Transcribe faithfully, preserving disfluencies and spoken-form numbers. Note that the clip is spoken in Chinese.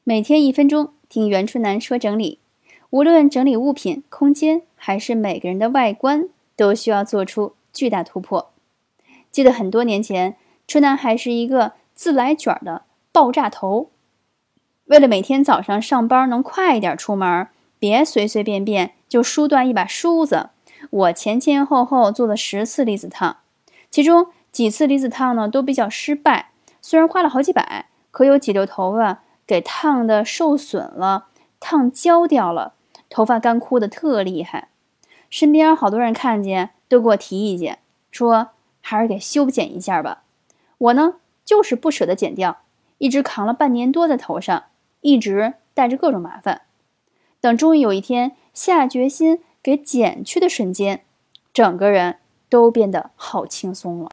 每天一分钟，听袁春楠说整理。无论整理物品、空间，还是每个人的外观，都需要做出巨大突破。记得很多年前，春楠还是一个自来卷的爆炸头。为了每天早上上班能快一点出门，别随随便便就梳断一把梳子，我前前后后做了十次离子烫，其中几次离子烫呢都比较失败，虽然花了好几百，可有几绺头发给烫的受损了，烫焦掉了，头发干枯的特厉害。身边好多人看见都给我提意见，说还是给修剪一下吧。我呢就是不舍得剪掉，一直扛了半年多在头上，一直带着各种麻烦。等终于有一天下决心给剪去的瞬间，整个人都变得好轻松了。